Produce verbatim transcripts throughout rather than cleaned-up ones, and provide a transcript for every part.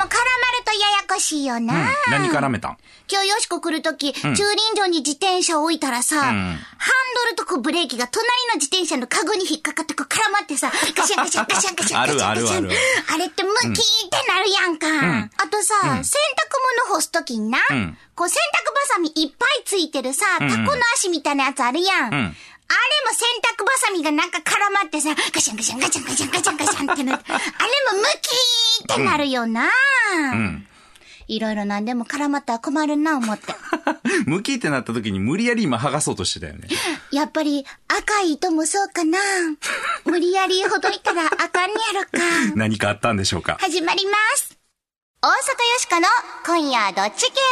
絡まるとややこしいよな。うん、 何絡めたん？ 今日よしこ来るとき、うん、駐輪場に自転車を置いたらさ、うん、ハンドルとこうブレーキが隣の自転車のカゴに引っかかってこう絡まってさ、ガシャンガシャンガシャンガシャンガシャンガシャン。あるあるある。あれってムキーってなるやんか。うん、あとさ、うん、洗濯物干すときにな、うん、こう洗濯バサミいっぱいついてるさ、タコの足みたいなやつあるやん。うん、あれも洗濯バサミがなんか絡まってさ、ガシャンガシャンガシャンガシャンガシャンガシャンってなって、あれもムキーってなるよな。うん、いろいろなんでも絡まったら困るな思って。 ムキーってなった時に無理やり今剥がそうとしてたよね。 やっぱり赤い糸もそうかな。無理やりほどいたらあかんやろか。 何かあったんでしょうか。 始まります。大阪よしこの今夜どっち系。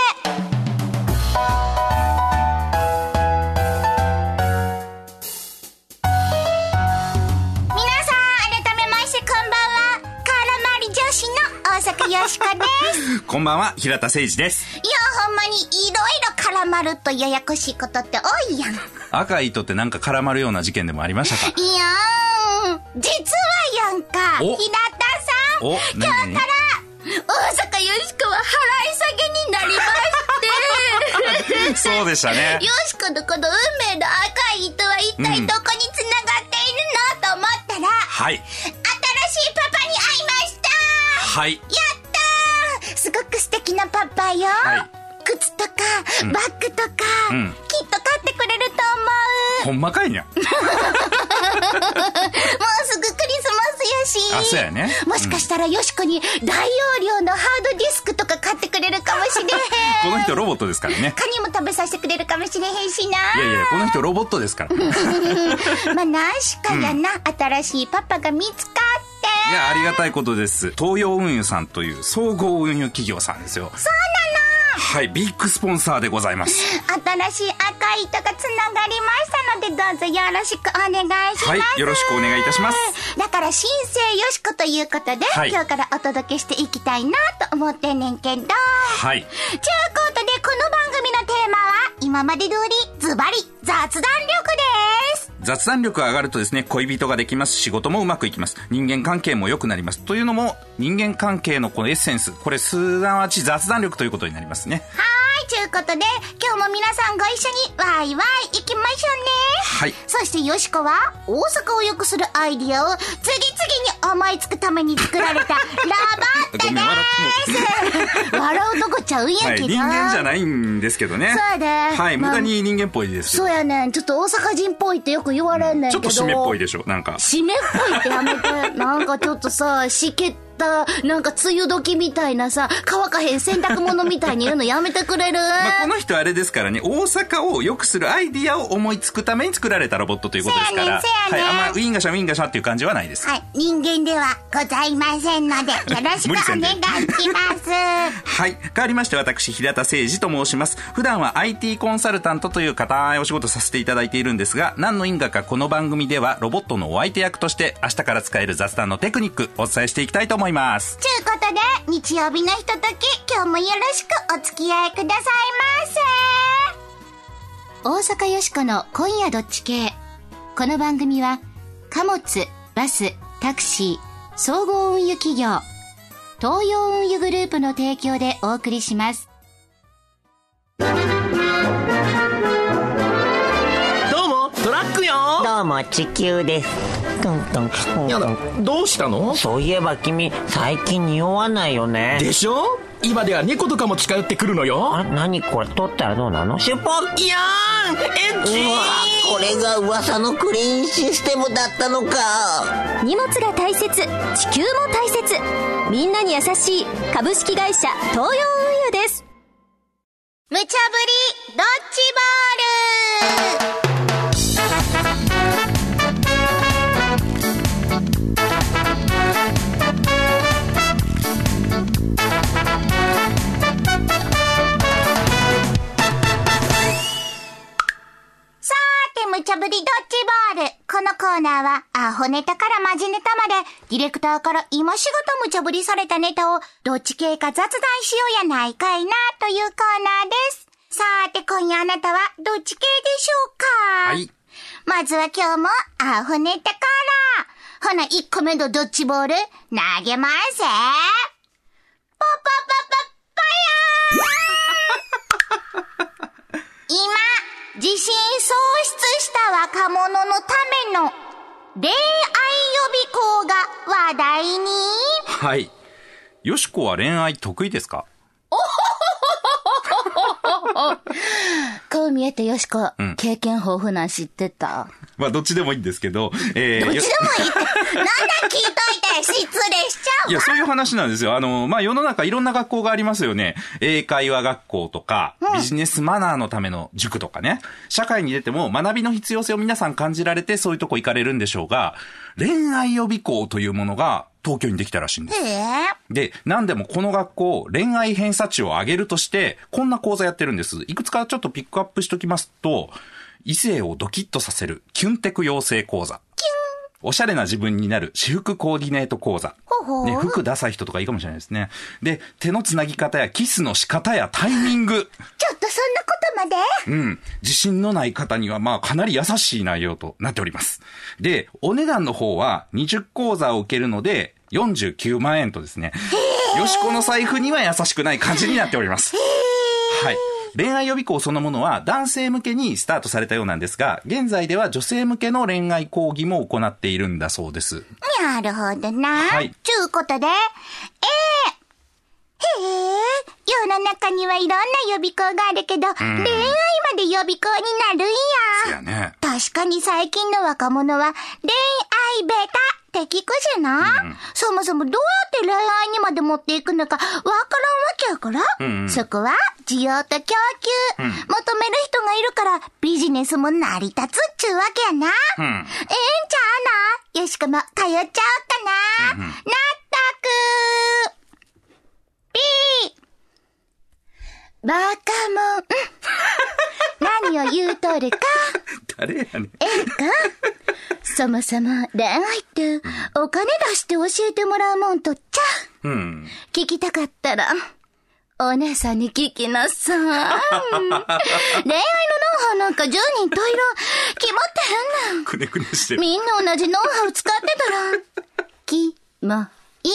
大阪よしこです。 こんばんは、平田誠二です。 いや、ほんまにいろいろ絡まるとややこしいことって多いやん。 赤い糸ってなんか絡まるような事件でもありましたか？ いやー、実はやんか、平田さん、今日から大阪よしこは払い下げになりまして。 そうでしたね。 よしこのこの運命の赤い糸は一体どこにつながっているの、と思ったら、はい。新しいパパに会いました。はい。やったー、すごく素敵なパパよ。はい。靴とか、うん、バッグとか、うん、きっと買ってくれると思う。 ほんまかいにゃ。もうすぐクリスマスやし。 あ、そうやね。 もしかしたらよしこに大容量のハードディスクとか買ってくれるかもしれへん。 この人ロボットですからね。 カニも食べさせてくれるかもしれへんしな。 いやいや、この人ロボットですから。 まあ、なしかやな、うん、新しいパパが見つかって。 いや、ありがたいことです。東洋運輸さんという総合運輸企業さんですよ。 そうなの。 はい、ビッグスポンサーでございます。 新しい赤い糸がつながりましたので、どうぞよろしくお願いします。 はい、よろしくお願いいたします。 だから新生よしこということで、はい、今日からお届けしていきたいなと思ってんねんけど、はい。ちゅうことで、この番組のテーマは今まで通りズバリ雑談力です。 雑談力が上がるとですね、恋人ができます。仕事もうまくいきます。人間関係も良くなります。というのも、人間関係のこのエッセンス、これすなわち雑談力ということになりますね。 はーい、ということで、今日も皆さんご一緒にワイワイ行きましょうね。はい。そしてよしこは、大阪を良くするアイディアを次々に思いつくために作られたロボットです。笑うとこちゃうんやけど、はい、 人間じゃないんですけどね。 そうで、 はい、まあ、無駄に人間っぽいですけど。 そうやねん、ちょっと大阪人っぽいってよく言われんねんけど、 うん、ちょっと締めっぽいでしょ、なんか締めっぽいってやめて。なんかちょっとさ、しけったなんか梅雨時みたいなさ、乾かへん洗濯物みたいに言うのやめてくれる？ まあ、この人あれですからね、大阪を良くするアイディアを思いつくために作られたロボットということですから、はい、あんまウィンガシャウィンガシャっていう感じはないです。 はい、人間ではございませんのでよろしくお願いします。 はい、変わりまして私平田誠二と申します。普段は アイティー コンサルタントという固いお仕事させていただいているんですが、何の因果かこの番組ではロボットのお相手役として明日から使える雑談のテクニックお伝えしていきたいと思います。 ということで日曜日のひととき、今日もよろしくお付き合いくださいませ。大阪よしこの今夜どっち系。この番組は貨物、バス、タクシー、総合運輸企業東洋運輸グループの提供でお送りします。 どうもトラックよ。 どうも地球です。トントントン。 やだ、どうしたの？ そういえば君最近匂わないよね。 でしょ？今では猫とかも近寄ってくるのよ。 あ、何これ、取ったらどうなの？シュポン。 いやーん、エッチー。 うわ、これが噂のクリーンシステムだったのか。 荷物が大切、地球も大切、みんなに優しい株式会社東洋運輸です。 無茶ぶりドッジボール。無茶ぶりドッジボール。このコーナーはアホネタからマジネタまでディレクターから今しがた無茶ぶりされたネタをどっち系か雑談しようやないかいなというコーナーです。さーて今夜あなたはどっち系でしょうか？はい。まずは今日もアホネタから。ほな、いっこめのドッジボール投げます。ポ今、自信喪失した若者のための恋愛予備校が話題に。 はい。よしこは恋愛得意ですか？ こう見えてよしこ、 うん、 経験豊富なん知ってた？ まあどっちでもいいんですけど、えー、どっちでもいいってなんだ聞いといて失礼しちゃうわ。 いや、そういう話なんですよ。あの、まあ世の中いろんな学校がありますよね。英会話学校とか、うん、ビジネスマナーのための塾とかね。社会に出ても学びの必要性を皆さん感じられてそういうとこ行かれるんでしょうが、恋愛予備校というものが東京にできたらしいんです。で、なんでもこの学校、恋愛偏差値を上げるとして、こんな講座やってるんです。いくつかちょっとピックアップしときますと、異性をドキッとさせるキュンテク養成講座。おしゃれな自分になる私服コーディネート講座。 ほほね、服ダサい人とかいいかもしれないですね。で、手のつなぎ方やキスの仕方やタイミング。 ちょっとそんなことまで？ うん。自信のない方にはまあかなり優しい内容となっております。で、お値段の方はにじゅう講座を受けるのでよんじゅうきゅうまんえんとですね。よしこの財布には優しくない感じになっております。はい。恋愛予備校そのものは男性向けにスタートされたようなんですが、現在では女性向けの恋愛講義も行っているんだそうです。 なるほどな。 はい。 ちゅうことで、えー、へえ、世の中にはいろんな予備校があるけど、うん、恋愛まで予備校になるんや。 そうやね。 確かに最近の若者は恋愛ベタって聞くじゃな、うん、そもそもどうやって恋愛にまで持っていくのかわからんわけやから、うんうん、そこは需要と供給、うん、求める人がいるからビジネスも成り立つっちゅうわけやな、うん、ええんちゃうの？よしこも通っちゃおうかな、うんうん、納得。ピーバカもん何を言うとるか。 誰やねん。 ええかそもそも恋愛ってお金出して教えてもらうもんとっちゃう、うん、聞きたかったらお姉さんに聞きなさい。恋愛のノウハウなんかじゅうにんといろ決まってへんねん。 くねくねしてる。みんな同じノウハウ使ってたらキモい。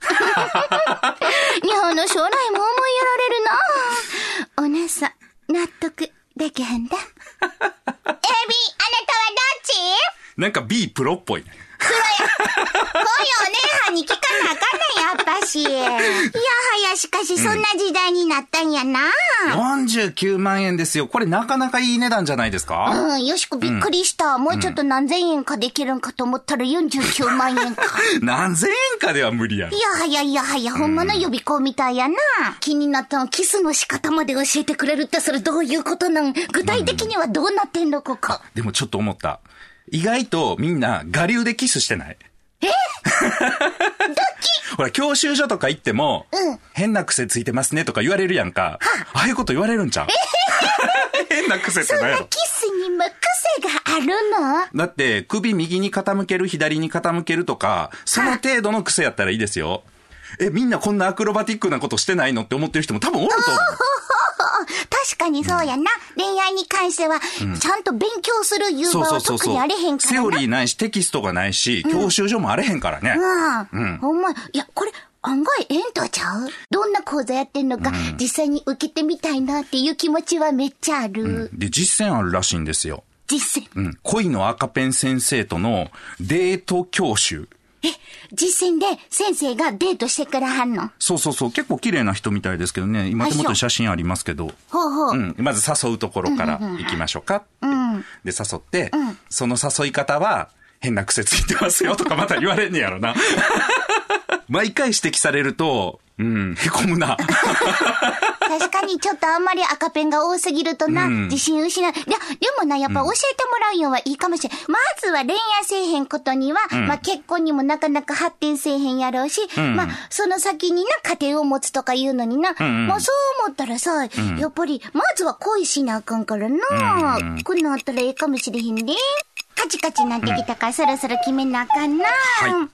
日本の将来も思いやられるな。お姉さん納得できへんだ。エビ、あなたはどっち？ なんか B プロっぽいね。 黒や。こういうお姉さんに聞かなあかんねん、やっぱし。いやはや、しかしそんな時代になったんやな、 うん、よんじゅうきゅうまんえんですよ。これなかなかいい値段じゃないですか？ うん、よしこびっくりした、うん。もうちょっと何千円かできるんかと思ったらよんじゅうきゅうまんえんか。 何千円かでは無理やん。 いやはやいやはや、ほんまの予備校みたいやな、うん。気になったのキスの仕方まで教えてくれるってそれどういうことなん？具体的にはどうなってんのここ。 でもちょっと思った。意外とみんな我流でキスしてない？ えどっち？ほら、教習所とか行っても、うん、変な癖ついてますねとか言われるやんか。ああいうこと言われるんちゃう？変な癖って何やろ？ そんなキスにも癖があるの？ だって、首右に傾ける、左に傾けるとか、その程度の癖やったらいいですよ。え、みんなこんなアクロバティックなことしてないのって思ってる人も多分おると思う。 確かにそうやな、うん、恋愛に関しては、うん、ちゃんと勉強するいう場は特にあれへんからな。 セオリーないしテキストがないし、うん、教習所もあれへんからね。 うん。うん、ほんま、いや、これ案外ええんとちゃう？どんな講座やってんのか、うん、実際に受けてみたいなっていう気持ちはめっちゃある。 うん、で、実践あるらしいんですよ。 実践？ うん。恋の赤ペン先生とのデート教習。 え、実践で先生がデートしてくれはんの？ そうそうそう。結構綺麗な人みたいですけどね。今手元に写真ありますけど。 ほうほう。 うん。まず誘うところから行きましょうか。うん、うん。で、誘って、うん、その誘い方は変な癖ついてますよとかまた言われんねやろな。毎回指摘されると、うん、へこむな。 確かにちょっとあんまり赤ペンが多すぎるとな、うん、自信失う。いや、でもな、やっぱ教えてもらうよはいいかもしれん。まずは恋愛せえへんことには、うん、まあ結婚にもなかなか発展せえへんやろうし、うん、まあその先にな、家庭を持つとかいうのにな、うん、まあそう思ったらさ、うん、やっぱり、まずは恋しなあかんからな、うん、こんなんあったらええかもしれへんで。カチカチなってきたから、うん、そろそろ決めなあかんな。はい。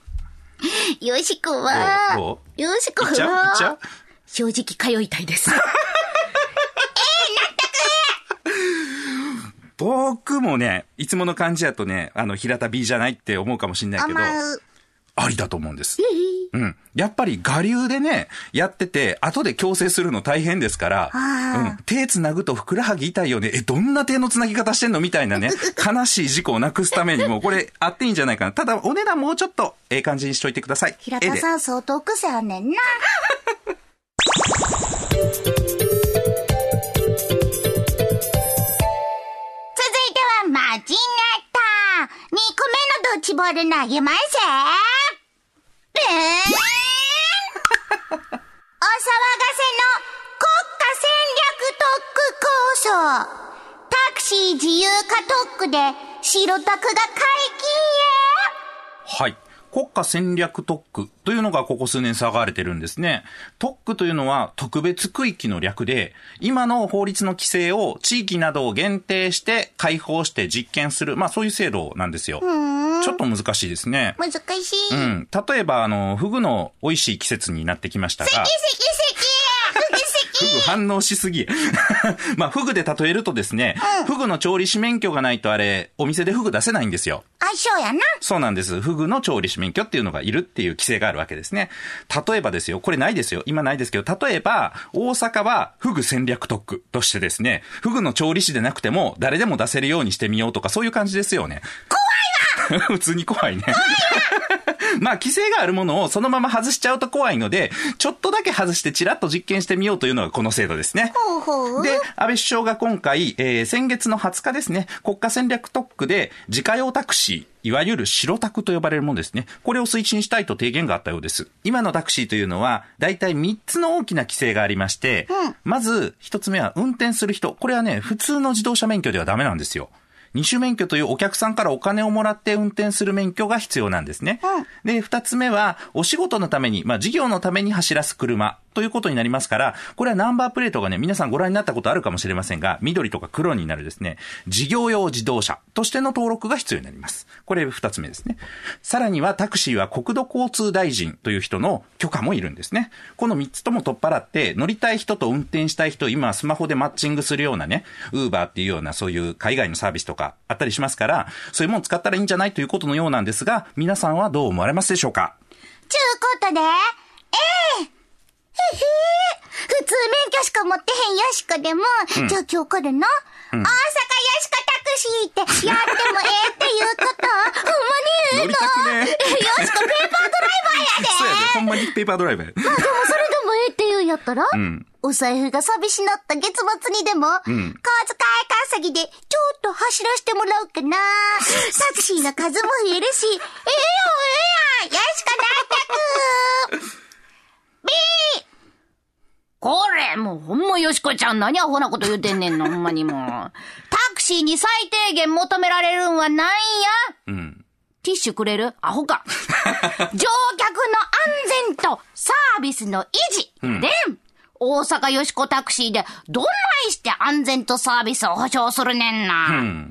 よしこは、よしこは、 いっちゃういっちゃう正直通いたいです。えー、 納得。僕もね、いつもの感じやとね、あの、平田 B じゃないって思うかもしんないけど、 ありだと思うんです。うん。やっぱり我流でね、やってて、後で矯正するの大変ですから、うん、手つなぐとふくらはぎ痛いよね。え、どんな手のつなぎ方してんのみたいなね、悲しい事故をなくすためにも、これあっていいんじゃないかな。ただ、お値段もうちょっと、ええ感じにしといてください。 平田さん、相当癖あんねんな。マジネタにこめのドッジボール投げますぜ。えー、お騒がせの国家戦略特区構想。タクシー自由化特区で白タクが解禁へ。 はい。国家戦略特区というのがここ数年騒がれてるんですね。特区というのは特別区域の略で、今の法律の規制を地域などを限定して開放して実験する、まあそういう制度なんですよ。ちょっと難しいですね。 難しい。 うん。例えば、あの、フグの美味しい季節になってきましたが。 せきせきせきフグ反応しすぎ。まあ、フグで例えるとですね、うん、フグの調理師免許がないとあれ、お店でフグ出せないんですよ。 あ、そうやな。 そうなんです。フグの調理師免許っていうのがいるっていう規制があるわけですね。例えばですよ、これないですよ。今ないですけど、例えば、大阪はフグ戦略特区としてですね、フグの調理師でなくても誰でも出せるようにしてみようとか、そういう感じですよね。 怖いわ普通に怖いね。まあ、規制があるものをそのまま外しちゃうと怖いので、ちょっとだけ外してチラッと実験してみようというのがこの制度ですね。 ほうほう。 で、安倍首相が今回、えー、先月のはつかですね、国家戦略特区で自家用タクシー、いわゆる白タクと呼ばれるものですね。これを推進したいと提言があったようです。今のタクシーというのは、だいたいみっつの大きな規制がありまして、うん、まずひとつめは運転する人。これはね、普通の自動車免許ではダメなんですよ。二種免許というお客さんからお金をもらって運転する免許が必要なんですね。うん、で、二つ目は、お仕事のために、まあ事業のために走らす車ということになりますから、これはナンバープレートがね、皆さんご覧になったことあるかもしれませんが、緑とか黒になるですね、事業用自動車としての登録が必要になります。これ二つ目ですね。さらにはタクシーは国土交通大臣という人の許可もいるんですね。この三つとも取っ払って、乗りたい人と運転したい人、今スマホでマッチングするようなね、ウーバーっていうようなそういう海外のサービスとかあったりしますから、そういうものを使ったらいいんじゃないということのようなんですが、皆さんはどう思われますでしょうか？ ちゅうことで、ええー、へへー、普通免許しか持ってへんよしこでも、うん、じゃあ今日来るの、うん、大阪よしこタクシーってやってもええっていうことほんまにええの？ 乗りたくね。 よしこペーパードライバーやで。 そうやで、ほんまにペーパードライバーや。 まあでもそれでもええって言うんやったら、うん、お財布が寂しなった月末にでも、うん、小遣い稼ぎでちょっと走らせてもらおうかな。タクシーの数も増えるし、ええよええやん、よしこ大宅ビーこれ、もうほんまよしこちゃん何アホなこと言うてんねんの、ほんまにもう。タクシーに最低限求められるんはなんや？うん。ティッシュくれる？アホか。乗客の安全とサービスの維持。うん、で、大阪よしこタクシーでどんないして安全とサービスを保証するねんな。うん。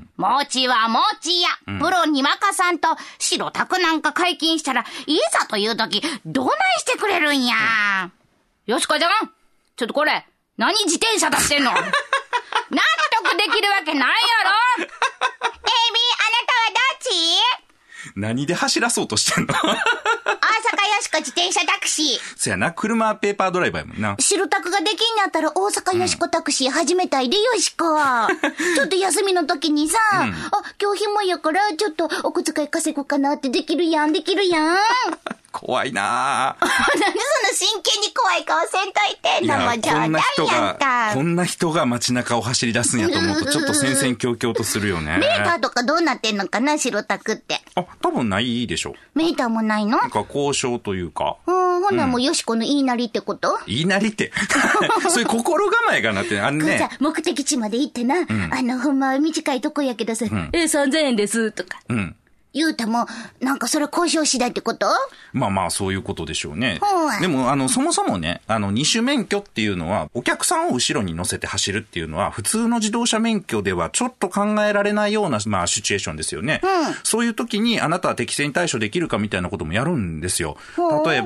もちはもちや、うん、プロに任さんと白タクなんか解禁したら、いざという時、どないしてくれるんや。うん、よしこちゃん、ちょっとこれ、何自転車出してんの？納得できるわけないやろ。エイビー、あなたはどっち？ 何で走らそうとしてんの？ 大阪よしこ自転車タクシー。 そやな、車はペーパードライバーやもんな。 白タクができんやったら大阪よしこタクシー始めたいで、よしこ。ちょっと休みの時にさ、うん、あ、今日暇やからちょっとお小遣い稼ごうかなってできるやん、できるやん。 怖いなぁ。 何その真剣に怖い顔せんといてんのも冗談やんか。 こんな人が街中を走り出すんやと思うとちょっと戦々恐々とするよね。 メーターとかどうなってんのかな、白タクって。 あ、多分ないでしょ。 メーターもないの？ なんか交渉というか。 うん、ほなもうよしこの言いなりってこと？ 言いなりって。そういう心構えがなって、あのね。 じゃあ目的地まで行ってな、うん、あの、ほんまは短いとこやけどさ、うん、え、さんぜんえんですとか。うん。言うたも、なんかそれ交渉次第ってこと？ まあまあそういうことでしょうね。でもあのそもそもね、あの二種免許っていうのはお客さんを後ろに乗せて走るっていうのは普通の自動車免許ではちょっと考えられないようなまあシチュエーションですよね。うん、そういう時にあなたは適正に対処できるかみたいなこともやるんですよ。例えば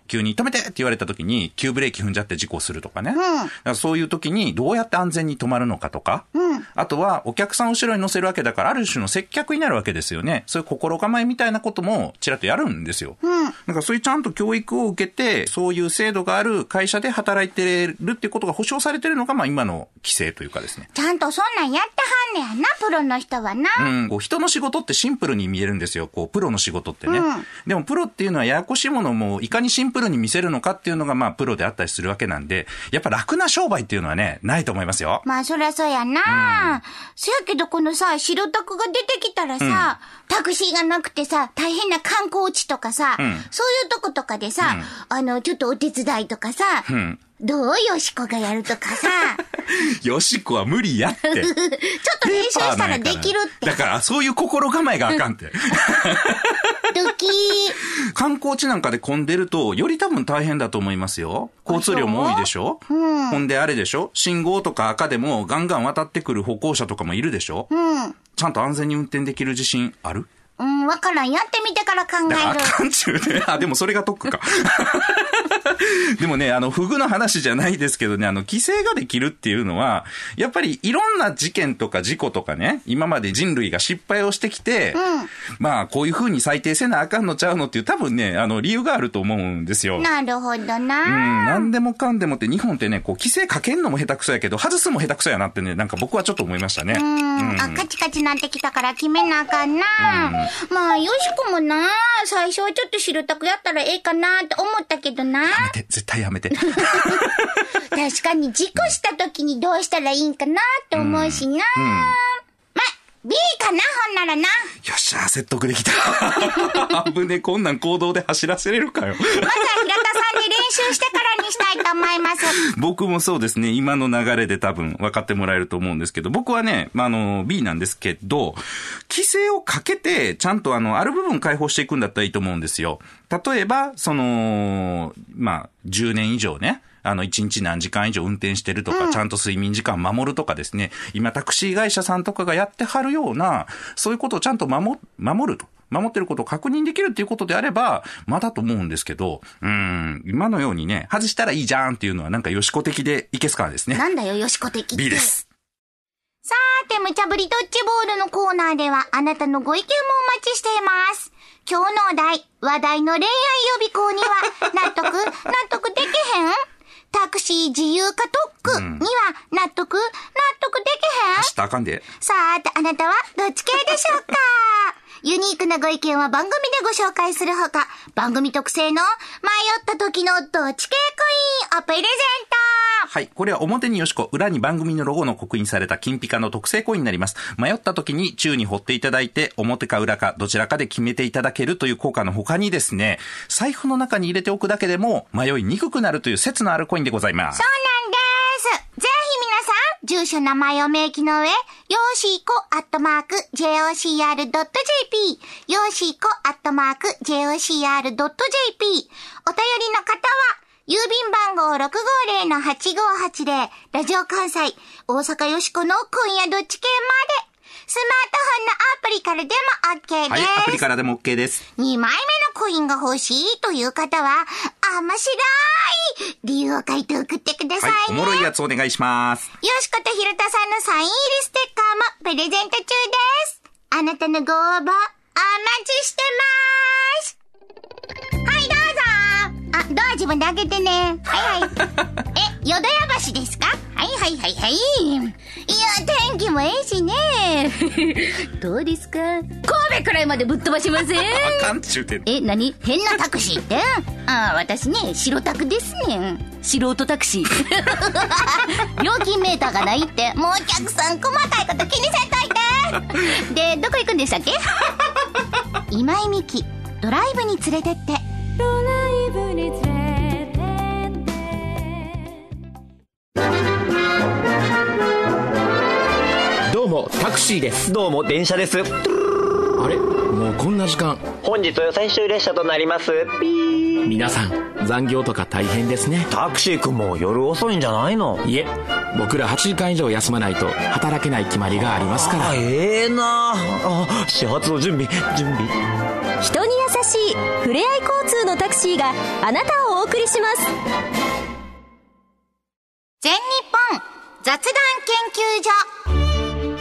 急に止めてって言われた時に急ブレーキ踏んじゃって事故するとかね、うん、だからそういう時にどうやって安全に止まるのかとか、うん、あとはお客さんを後ろに乗せるわけだからある種の接客になるわけですよね。そういう心構えみたいなこともちらっとやるんですよ、うん、だからそういうちゃんと教育を受けてそういう制度がある会社で働いてるっていうことが保障されてるのが、まあ今の規制というかですね。 ちゃんとそんなんやってはんねやな、プロの人はな。 うん、こう人の仕事ってシンプルに見えるんですよ、こうプロの仕事ってね、うん、でもプロっていうのはややこしいものもいかにシンプルに見せるのかっていうのがまあプロであったりするわけなんで、やっぱ楽な商売っていうのはね、ないと思いますよ。 まあそりゃそうやな、うん、そやけどこのさ、白タクが出てきたらさ、うん、タクシーがなくてさ、大変な観光地とかさ、うん、そういうとことかでさ、うん、あのちょっとお手伝いとかさ、うん、どうよしこがやるとかさよしこは無理やってちょっと練習したらできるって。 だからそういう心構えがあかんってドキー。 観光地なんかで混んでるとより多分大変だと思いますよ。交通量も多いでしょ、うん、ほんであれでしょ、信号とか赤でもガンガン渡ってくる歩行者とかもいるでしょ、うん、ちゃんと安全に運転できる自信ある？ うん、わからん。やってみてから考える。 あかんちゅうね。あ、でもそれが特区か。でもね、あの、フグの話じゃないですけどね、あの、規制ができるっていうのは、やっぱりいろんな事件とか事故とかね、今まで人類が失敗をしてきて、うん、まあ、こういう風に裁定せなあかんのちゃうのっていう、多分ね、あの、理由があると思うんですよ。 なるほどな。うん、 なんでもかんでもって日本ってね、こう、規制かけんのも下手くそやけど、外すも下手くそやなってね、なんか僕はちょっと思いましたね。 うん。うん、あ、カチカチなってきたから決めなあかんな。うんまあ、よしこもな、最初はちょっと白タクやったらええかなって思ったけどな。 やめて、絶対やめて。 確かに事故した時にどうしたらいいんかなって思うしな。うんうん、ま、B かな、ほんならな。よっしゃ、説得できた。危ね、こんなん行動で走らせれるかよ。 まずは平田さんに練習してからにしたいと思います。 僕もそうですね、今の流れで多分分かってもらえると思うんですけど、僕はね、まあ、あの、B なんですけど、規制をかけて、ちゃんとあの、ある部分解放していくんだったらいいと思うんですよ。例えば、その、まあ、じゅうねん以上ね、あの、一日何時間以上運転してるとか、うん、ちゃんと睡眠時間守るとかですね、今タクシー会社さんとかがやってはるような、そういうことをちゃんと守、守ると。守ってることを確認できるっていうことであれば、まだと思うんですけど、うーん、今のようにね、外したらいいじゃんっていうのはなんかよしこ的でいけすからですね。 なんだよ、よしこ的って。 B です。 さーて、無茶ぶりドッジボールのコーナーでは、あなたのご意見もお待ちしています。今日のお題、話題の恋愛予備校には、納得、納得できへん？タクシー自由化特区には納得、納得できへん？ 走ったらあかんで。 さーて、あなたはどっち系でしょうか？ユニークなご意見は番組でご紹介するほか、番組特製の迷った時のどっち系コインをプレゼント。 はい。これは表によしこ、裏に番組のロゴの刻印された金ピカの特製コインになります。迷った時に宙に掘っていただいて、表か裏かどちらかで決めていただけるという効果の他にですね、財布の中に入れておくだけでも迷いにくくなるという説のあるコインでございます。 そうなんです。ぜひ皆さん、住所名前を明記の上、よーしーこアットマーク ジェイオーシーアールドットジェーピー、よーしーこアットマーク ジェイオーシーアールドットジェーピー、お便りの方は、郵便番号 ろくごーぜろのはちごーはちぜろ、ラジオ関西、大阪よしこの今夜どっち系まで、スマートフォンのアプリからでも OK です。 はい、アプリからでも OK です。 にまいめのコインが欲しいという方は、面白い理由を書いて送ってくださいね。はい、 おもろいやつお願いします。 よしことひろたさんのサイン入りステッカーもプレゼント中です。あなたのご応募、お待ちしてます。はい、どうぞ。あ、ドア自分で開けてね。はいはい。え、淀屋橋ですか？はいはいはいはい。いや、天気もええしね。どうですか？神戸くらいまでぶっ飛ばしません？ あかんちゅうてん。 え、何？変なタクシーって？ああ、私ね、白タクですねん。素人タクシー。料金メーターがないって。もうお客さん細かいこと気にせんといて。で、どこ行くんでしたっけ？今井美樹、ドライブに連れてって。ドライブに連れてって。 どうもタクシーです。 どうも電車です。 あれ、もうこんな時間。 本日は最終列車となります。ピー。 皆さん残業とか大変ですね。 タクシーくんも夜遅いんじゃないの？ いえ、僕らはちじかん以上休まないと働けない決まりがありますから。 あ、ええー、なあ。始発の準備準備。 人に優しいふれあい交通のタクシーがあなたをお送りします。 全日本雑談研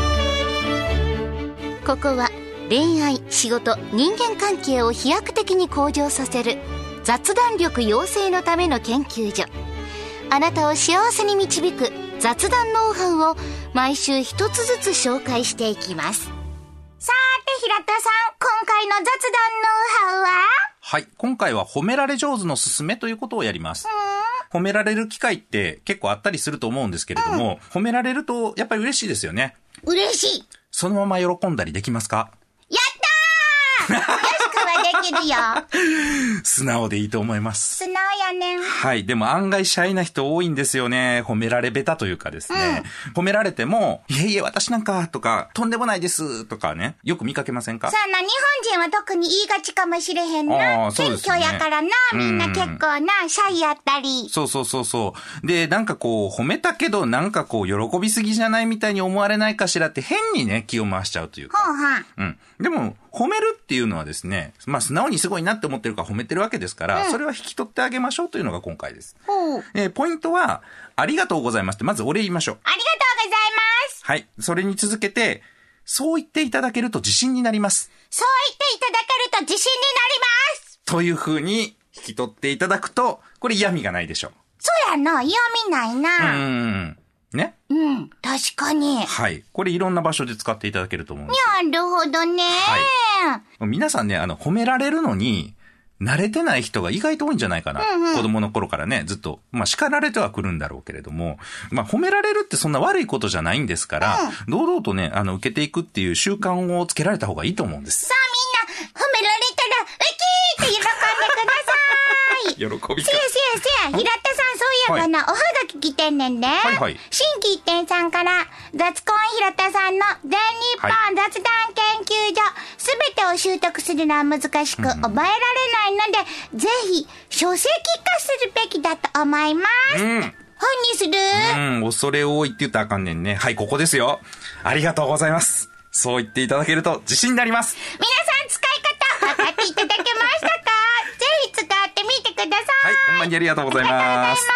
究所。ここは恋愛、仕事、人間関係を飛躍的に向上させる雑談力養成のための研究所。あなたを幸せに導く雑談ノウハウを毎週一つずつ紹介していきます。さて平田さん、今回の雑談ノウハウは？ はい、今回は褒められ上手のすすめということをやります。褒められる機会って結構あったりすると思うんですけれども、うん、褒められるとやっぱり嬉しいですよね。 嬉しい。 そのまま喜んだりできますか？ やったーよしくはできるよ。 素直でいいと思います。 素直やねん。 はい。でも案外シャイな人多いんですよね。褒められベタというかですね。うん、褒められても、いえいえ私なんかとか、とんでもないですとかね。よく見かけませんか？ さあな、日本人は特に言いがちかもしれへんな。謙虚やからな、みんな結構な、シャイやったり。 そうそうそうそう。で、なんかこう、褒めたけど、なんかこう、喜びすぎじゃないみたいに思われないかしらって変にね、気を回しちゃうというか。 ほうはうん。でも、褒めるっていうのはですね、まあ素直にすごいなって思ってるから褒めてるわけですから、うん、それは引き取ってあげましょうというのが今回です。 ほう。 えー、ポイントは、ありがとうございますって、まずお礼言いましょう。 ありがとうございます。 はい。それに続けて、そう言っていただけると自信になります。 そう言っていただけると自信になります。 という風に引き取っていただくと、これ嫌味がないでしょう。 そうやな、嫌味ないな。 うーん。ね。 うん、確かに。 はい。これいろんな場所で使っていただけると思うんですよ。 なるほどね。 はい。皆さんね、あの、褒められるのに、慣れてない人が意外と多いんじゃないかな。うんうん、子供の頃からね、ずっと、まあ、叱られてはくるんだろうけれども、まあ、褒められるってそんな悪いことじゃないんですから、うん、堂々とね、あの、受けていくっていう習慣をつけられた方がいいと思うんです。 さあみんな、褒められたら、ウキーって喜んでください。 喜びか。 せやせやせや、平田さん、そういえばな、はい、おはがき来てんねんで。はいはい。新規一点さんから、雑コン平田さんの全日本雑談研究所、すべ、はい、てを習得するのは難しく、覚えられないので、ぜひ、書籍化するべきだと思います。うん。本にする？ うん、恐れ多いって言ったらあかんねんね。はい、ここですよ。ありがとうございます。そう言っていただけると自信になります。 皆さん使い方、分かっていただけましたか？ぜひ使ってみてください。 はい、ほんまにありがとうございます。ありがとうございます。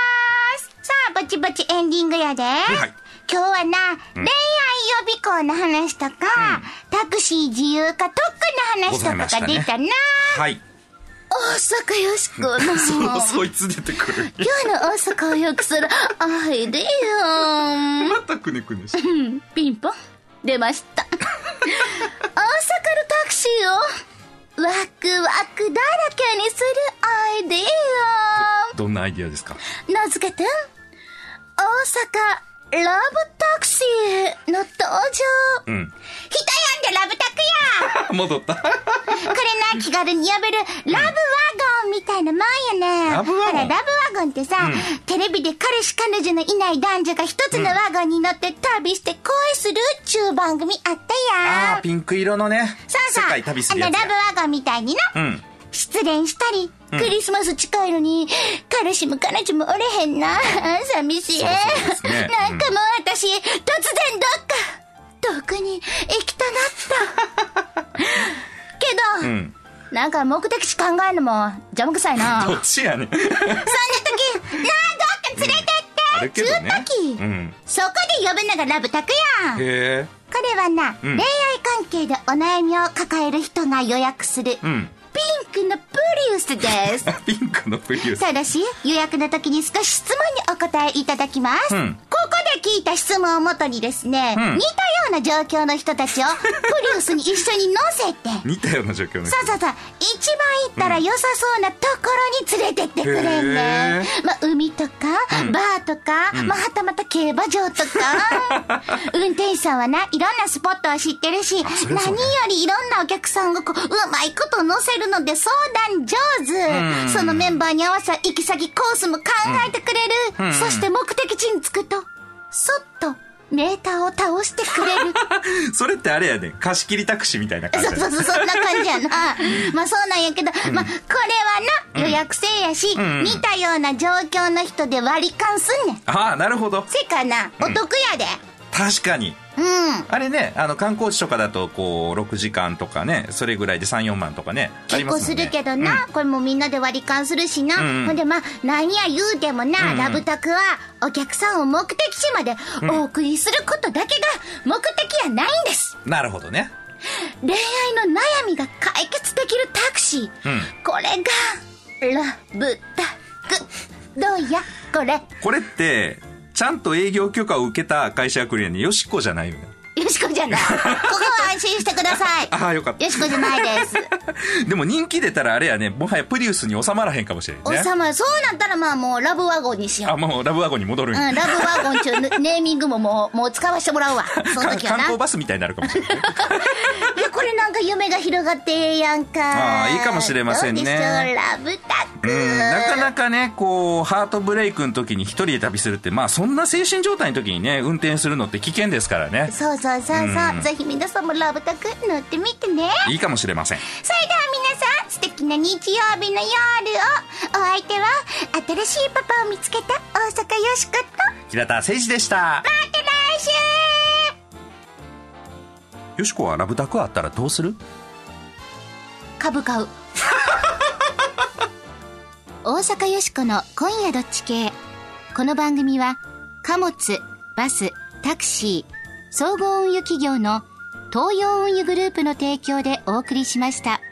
さあ、ぼちぼちエンディングやで。はいはい。今日はな、うん、恋愛予備校の話とか、うん、タクシー自由化特区の話とかが出たな。ね、 はい。 大阪よしこのそう、そいつ出てくる。 今日の大阪を良くするアイデア。 またくねくねして。 ピンポン。出ました。大阪のタクシーをワクワクだらけにするアイデア。 どんなアイデアですか？ 名付けて、大阪ラブタクシーの登場。うん。人呼んでラブタクや。 戻った。これな、気軽に呼べるラブワゴンみたいなもんやね。 ラブワゴン？ ほら、ラブワゴンってさ、うん、テレビで彼氏彼女のいない男女が一つのワゴンに乗って旅して恋するっちゅう番組あったやん。 ああ、ピンク色のね。 そうそう。 世界旅するやつや。 あのラブワゴンみたいにな。うん。失恋したり、クリスマス近いのに、うん、彼氏も彼女もおれへんな。寂しい。そうそうですね、なんかもう私、突然どっか、遠くに行きたなった。けど、うん、なんか目的地考えるのも邪魔くさいな。 どっちやねん。そんな時、なあ、どっか連れてって。あるけどね。つう時、うん、そこで呼ぶのがラブタクやん。へー。これはな、うん、恋愛関係でお悩みを抱える人が予約する、うんピンクのプリウスです。 ピンクのプリウス。 ただし、予約の時に少し質問にお答えいただきます。うん、ここで聞いた質問をもとにですね、うん、似たような状況の人たちをプリウスに一緒に乗せて似たような状況の人そうそうそう、一番行ったら良さそうなところに連れてってくれんね、うん、まあ、海とか、うん、バーとか、うん、まあ、はたまた競馬場とか運転手さんはないろんなスポットを知ってるし、ね、何よりいろんなお客さんがこう、うまいこと乗せるので相談上手、うん、そのメンバーに合わせた行き先コースも考えてくれる、うんうん、そして目的地に着くとそっとメーターを倒してくれるそれってあれやね、貸し切りタクシーみたいな感じ。 そうそうそう、そんな感じやなまあそうなんやけど、うん、まあこれはな、予約制やし、うん、似たような状況の人で割り勘すんねん。 ああ、なるほど。 せかな、お得やで、 うん、確かに。 うん。 あれね、あの観光地とかだとこうろくじかんとかね、それぐらいでさん、よんまんとかね、あり結構ますもんね。 するけどな、うん、これもみんなで割り勘するしな、うんうん、ほんでまあ何や言うてもな、うんうん、ラブタクはお客さんを目的地までお送りすることだけが目的やないんです、 うん、なるほどね。 恋愛の悩みが解決できるタクシー、うん、これがラブタク。どうやこれこれってちゃんと営業許可を受けた会社が来るよね。よしこじゃないよね。 よしこじゃない。ここは安心してください。 ああ、よかった。 よしこじゃないです。 でも人気出たらあれやね、もはやプリウスに収まらへんかもしれんね。 収まる。そうなったらまあもうラブワゴンにしよう。 あ、もうラブワゴンに戻るんや。 うん、ラブワゴン中ネーミングももう、もう使わせてもらうわ。その時はな。 観光バスみたいになるかもしれない。 いや、これなんか夢が広がってええやんか。 ああ、いいかもしれませんね。 どうでしょう、ラブタク。 うん、なかなかね、こう、ハートブレイクの時に一人で旅するって、まあそんな精神状態の時にね、運転するのって危険ですからね。 そうそうそうそう。うん、ぜひ皆さんもラブタク乗ってみてね。 いいかもしれません。 それでは皆さん、素敵な日曜日の夜を。お相手は新しいパパを見つけた大阪よしこと平田誠二でした。 また来週。 よしこはラブタクあったらどうする？ 株買う。大阪よしこの今夜どっち系。この番組は貨物、バス、タクシー総合運輸企業の東洋運輸グループの提供でお送りしました。